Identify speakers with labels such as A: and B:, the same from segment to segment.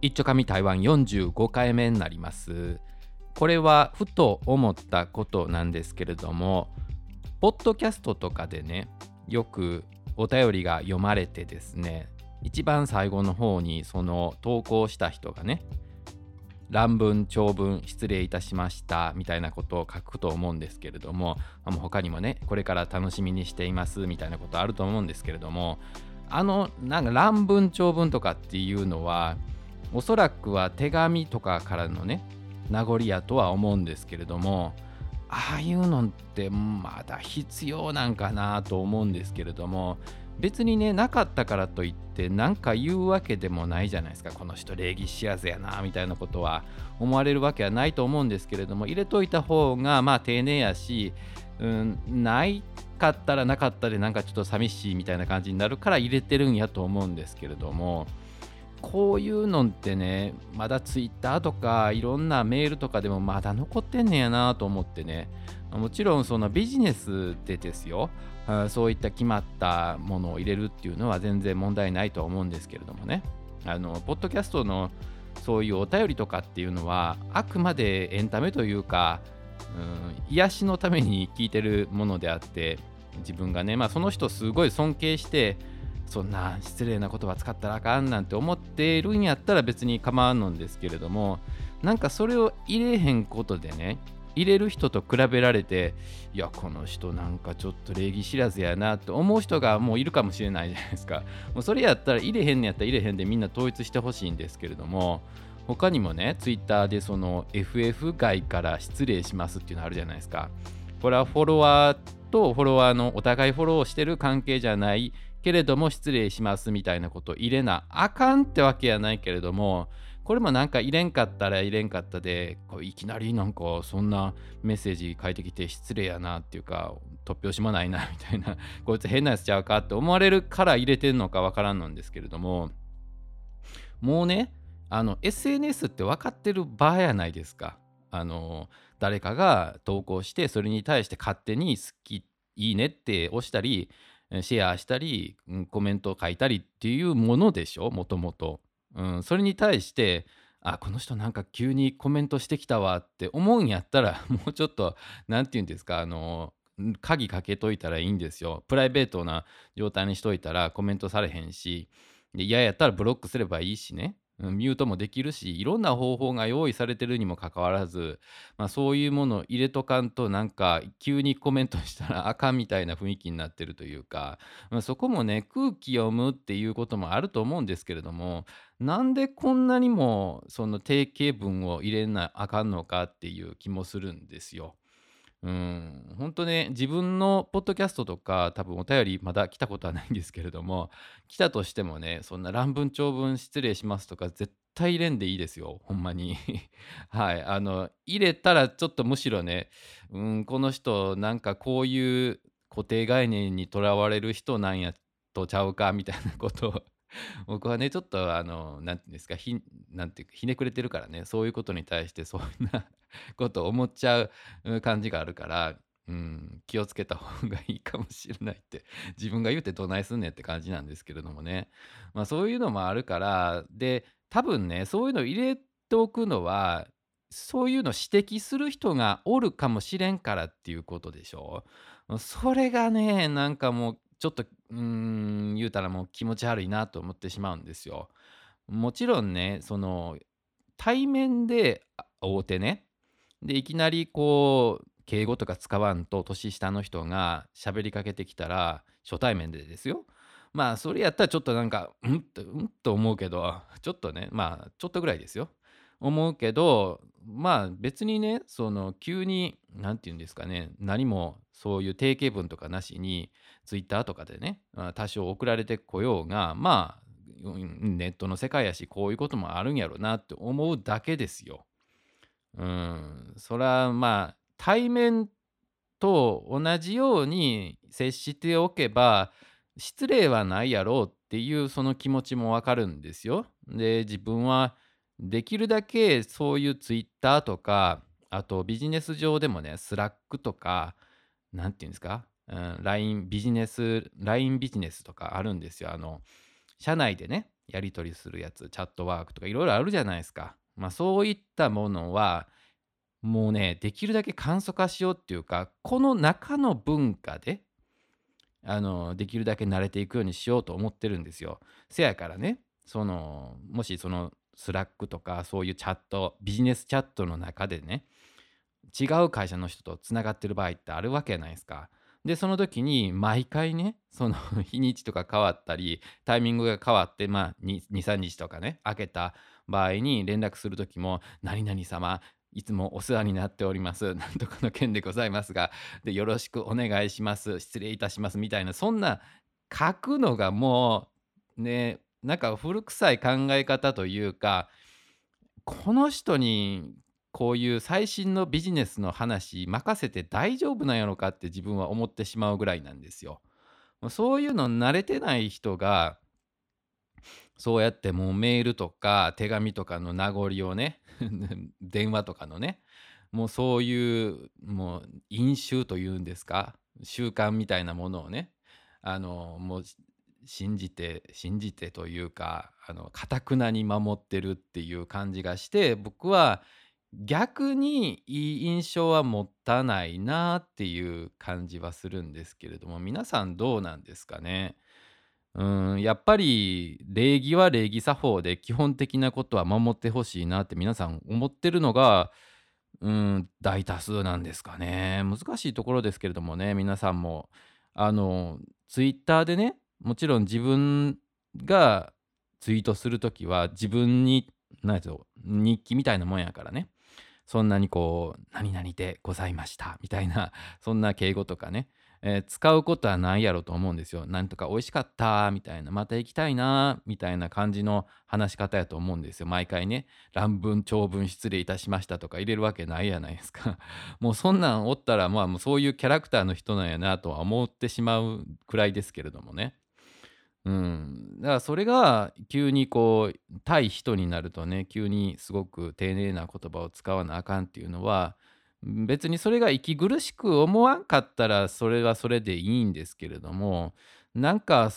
A: 一丁紙台湾45回目になります。これはふと思ったことなんですけれども、ポッドキャストとかでね、よくお便りが読まれてですね、一番最後の方にその投稿した人がね、乱文長文失礼いたしましたみたいなことを書くと思うんですけれども、他にもね、これから楽しみにしていますみたいなことあると思うんですけれども、なんか乱文長文とかっていうのは、おそらくは手紙とかからのね、名残やとは思うんですけれども、ああいうのってまだ必要なんかなと思うんですけれども、別にね、なかったからといって何か言うわけでもないじゃないですか。この人礼儀知らずやなみたいなことは思われるわけはないと思うんですけれども、入れといた方がまあ丁寧やし、ないかったらなかったでなんかちょっと寂しいみたいな感じになるから入れてるんやと思うんですけれども、こういうのってね、まだツイッターとかいろんなメールとかでもまだ残ってんねやなと思ってね、もちろんそのビジネスでですよ、そういった決まったものを入れるっていうのは全然問題ないとは思うんですけれどもね、ポッドキャストのそういうお便りとかっていうのは、あくまでエンタメというか、癒しのために聞いてるものであって、自分がね、その人すごい尊敬して、そんな失礼な言葉使ったらあかんなんて思ってるんやったら別に構わんのんですけれども、なんかそれを入れへんことでね、入れる人と比べられて、いやこの人なんかちょっと礼儀知らずやなって思う人がもういるかもしれないじゃないですか。もうそれやったら入れへんのやったら入れへんでみんな統一してほしいんですけれども、他にもね、ツイッターでその FF 外から失礼しますっていうのあるじゃないですか。これはフォロワーとフォロワーのお互いフォローしてる関係じゃないけれども失礼しますみたいなことを入れなあかんってわけやないけれども、これもなんか入れんかったら入れんかったで、こういきなりなんかそんなメッセージ書いてきて失礼やなっていうか、突拍子もないなみたいな、こいつ変なやつちゃうかって思われるから入れてんのかわからんのんですけれども、もうね、SNS って分かってる場合やないですか。あの、誰かが投稿して、それに対して勝手に好き、いいねって押したり、シェアしたり、コメントを書いたりっていうものでしょ、もともと。それに対して、あ、この人なんか急にコメントしてきたわって思うんやったら、もうちょっと、なんて言うんですか、鍵かけといたらいいんですよ。プライベートな状態にしといたらコメントされへんし、で、嫌やったらブロックすればいいしね、ミュートもできるし、いろんな方法が用意されてるにもかかわらず、そういうものを入れとかんと、なんか急にコメントしたらあかんみたいな雰囲気になってるというか、そこもね、空気読むっていうこともあると思うんですけれども、なんでこんなにもその定型文を入れなあかんのかっていう気もするんですよ。本当ね、自分のポッドキャストとか、多分お便りまだ来たことはないんですけれども、来たとしてもね、そんな乱文長文失礼しますとか絶対入れんでいいですよ、ほんまに。はい、入れたらちょっとむしろね、この人なんかこういう固定概念にとらわれる人なんやとちゃうかみたいなことを僕はね、ちょっとなんていうんですか、なんていうか、ひねくれてるからね、そういうことに対してそんなことを思っちゃう感じがあるから、気をつけた方がいいかもしれないって、自分が言うてどないすんねんって感じなんですけれどもね。そういうのもあるから、で、多分ね、そういうの入れておくのは、そういうの指摘する人がおるかもしれんからっていうことでしょ。それがね、なんかもうちょっと、言うたらもう気持ち悪いなと思ってしまうんですよ。もちろんね、その、対面で、会うてね、で、いきなりこう、敬語とか使わんと年下の人が喋りかけてきたら、初対面でですよ。それやったらちょっとなんか、と思うけど、ちょっとね、ちょっとぐらいですよ。思うけど、別にね、その急に、なんて言うんですかね、何もそういう定型文とかなしに、ツイッターとかでね、多少送られてこようが、ネットの世界やし、こういうこともあるんやろなって思うだけですよ。そら対面と同じように接しておけば、失礼はないやろうっていうその気持ちもわかるんですよ。で、自分はできるだけそういうツイッターとか、あとビジネス上でもね、スラックとか、なんていうんですか、LINE ビジネスとかあるんですよ。社内でね。 やり取りするやつ、チャットワークとかいろいろあるじゃないですか。そういったものは、もうね、できるだけ簡素化しようっていうか、この中の文化で、できるだけ慣れていくようにしようと思ってるんですよ。せやからね、もしスラックとかそういうチャット、ビジネスチャットの中でね、違う会社の人とつながってる場合ってあるわけじゃないですか。で、その時に毎回ね、日にちとか変わったり、タイミングが変わって、2、3日とかね、空けた場合に連絡する時も、何々様、いつもお世話になっております。なんとかの件でございますが、で、よろしくお願いします。失礼いたします。みたいな、そんな書くのがもう、ね、なんか古臭い考え方というか、この人にこういう最新のビジネスの話任せて大丈夫なんやろかって自分は思ってしまうぐらいなんですよ。もうそういうの慣れてない人が、そうやってもうメールとか手紙とかの名残をね、電話とかのね、もうそういうもう飲酒というんですか、習慣みたいなものをね、もう信じてというか、頑くなに守ってるっていう感じがして、僕は逆にいい印象は持たないなっていう感じはするんですけれども、皆さんどうなんですかね。やっぱり礼儀は礼儀作法で基本的なことは守ってほしいなって皆さん思ってるのが、大多数なんですかね。難しいところですけれどもね、皆さんも、ツイッターでね、もちろん自分がツイートするときは自分に、なんやろ、日記みたいなもんやからね。そんなにこう、何々でございましたみたいな、そんな敬語とかね、使うことはないやろと思うんですよ。なんとか美味しかったみたいな、また行きたいなみたいな感じの話し方やと思うんですよ。毎回ね、乱文長文失礼いたしましたとか入れるわけないやないですか。もうそんなんおったら、もうそういうキャラクターの人なんやなとは思ってしまうくらいですけれどもね。だからそれが急にこう対人になるとね、急にすごく丁寧な言葉を使わなあかんっていうのは、別にそれが息苦しく思わんかったらそれはそれでいいんですけれども、なんか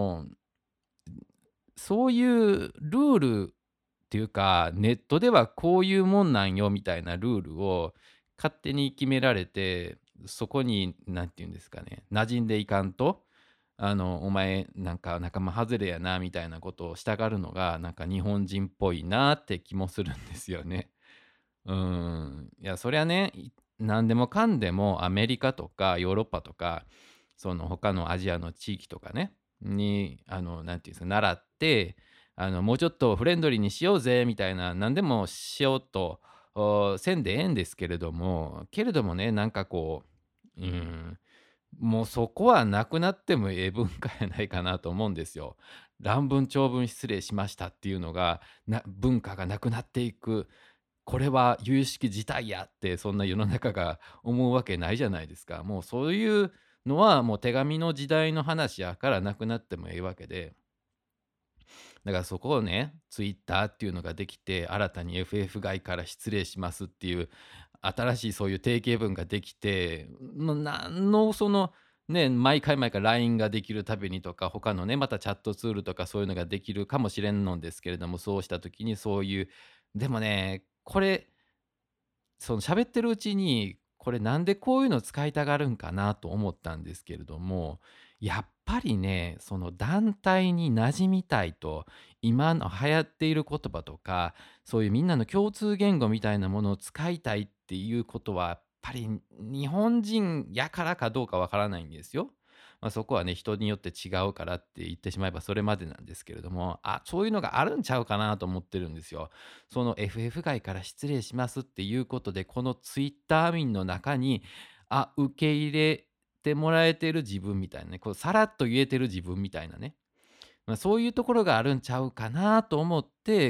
A: そういうルールっていうか、ネットではこういうもんなんよみたいなルールを勝手に決められて、そこに何て言うんですかね、馴染んでいかんと、お前なんか仲間外れやなみたいなことをしたがるのが、なんか日本人っぽいなって気もするんですよね。いや、そりゃね、何でもかんでもアメリカとかヨーロッパとか、その他のアジアの地域とかね、なんていうんですか、習って、もうちょっとフレンドリーにしようぜみたいな、何でもしようと、せんでええんですけれどもね、なんかこう、もうそこはなくなってもええ文化やないかなと思うんですよ。乱文長文失礼しましたっていうのが、文化がなくなっていく。これは由々しき事態やってそんな世の中が思うわけないじゃないですか。もうそういうのはもう手紙の時代の話やからなくなってもええわけで、だからそこをね、ツイッターっていうのができて、新たに FF 外から失礼しますっていう、新しいそういう定型文ができて、なんのね、毎回毎回 LINE ができるたびにとか、他のね、またチャットツールとかそういうのができるかもしれんのですけれども、そうした時にそういう、でもね、これ、喋ってるうちに、これなんでこういうの使いたがるんかなと思ったんですけれども、やっぱりね、その団体に馴染みたいと、今の流行っている言葉とか、そういうみんなの共通言語みたいなものを使いたいっていうことは、やっぱり日本人やからかどうかわからないんですよ。そこはね、人によって違うからって言ってしまえばそれまでなんですけれども、そういうのがあるんちゃうかなと思ってるんですよ。その FF 外から失礼しますっていうことで、このツイッター民の中に、受け入れてもらえてる自分みたいなね、こうさらっと言えてる自分みたいなね、そういうところがあるんちゃうかなと思って、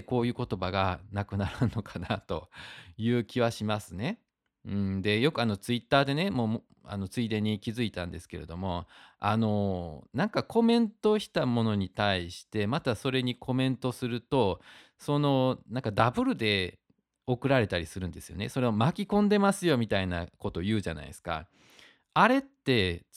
A: こういう言葉がなくならんのかなという気はしますね。で、よくツイッターでね、ついでに気づいたんですけれども、なんかコメントしたものに対して、またそれにコメントすると、なんかダブルで送られたりするんですよね。それを巻き込んでますよみたいなことを言うじゃないですか。あれってツイッ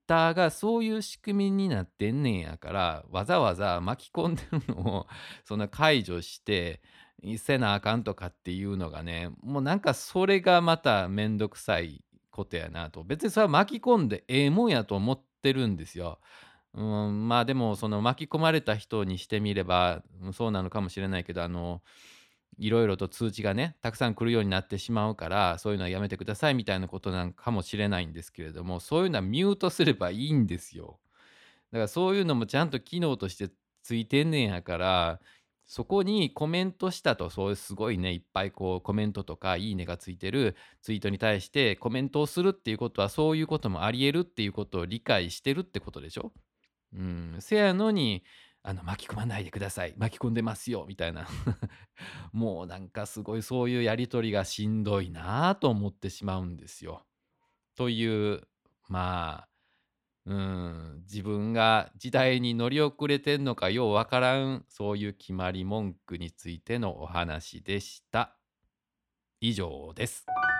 A: Twitter がそういう仕組みになってんねんやから、わざわざ巻き込んでるのをその解除して、せなあかんとかっていうのがね、もうなんかそれがまためんどくさいことやなと。別にそれは巻き込んでええもんやと思ってるんですよ。まあでもその巻き込まれた人にしてみれば、そうなのかもしれないけど、いろいろと通知がね、たくさん来るようになってしまうから、そういうのはやめてくださいみたいなことなんかもしれないんですけれども、そういうのはミュートすればいいんですよ。だからそういうのもちゃんと機能としてついてんねんやから、そこにコメントしたと、そういうすごいね、いっぱいこうコメントとかいいねがついてるツイートに対してコメントをするっていうことは、そういうこともあり得るっていうことを理解してるってことでしょ。せやのに、巻き込まないでください。巻き込んでますよみたいな。もうなんかすごいそういうやり取りがしんどいなと思ってしまうんですよ。という、まあ、自分が時代に乗り遅れてんのかようわからん、そういう決まり文句についてのお話でした。以上です。